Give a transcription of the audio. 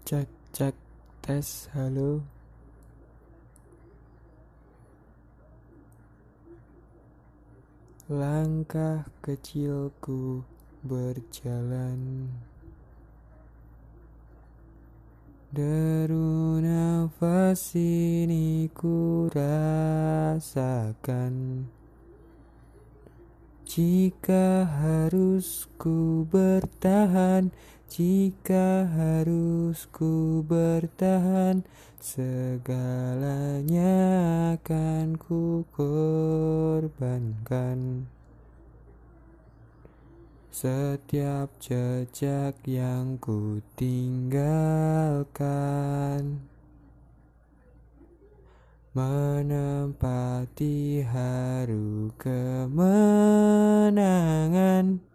Cek cek tes, halo. Langkah kecilku berjalan, deru nafas ini ku rasakan. Jika harus ku bertahan, jika harus ku bertahan, segalanya akan ku korbankan. Setiap jejak yang ku tinggalkan, menempati haru kemenangan.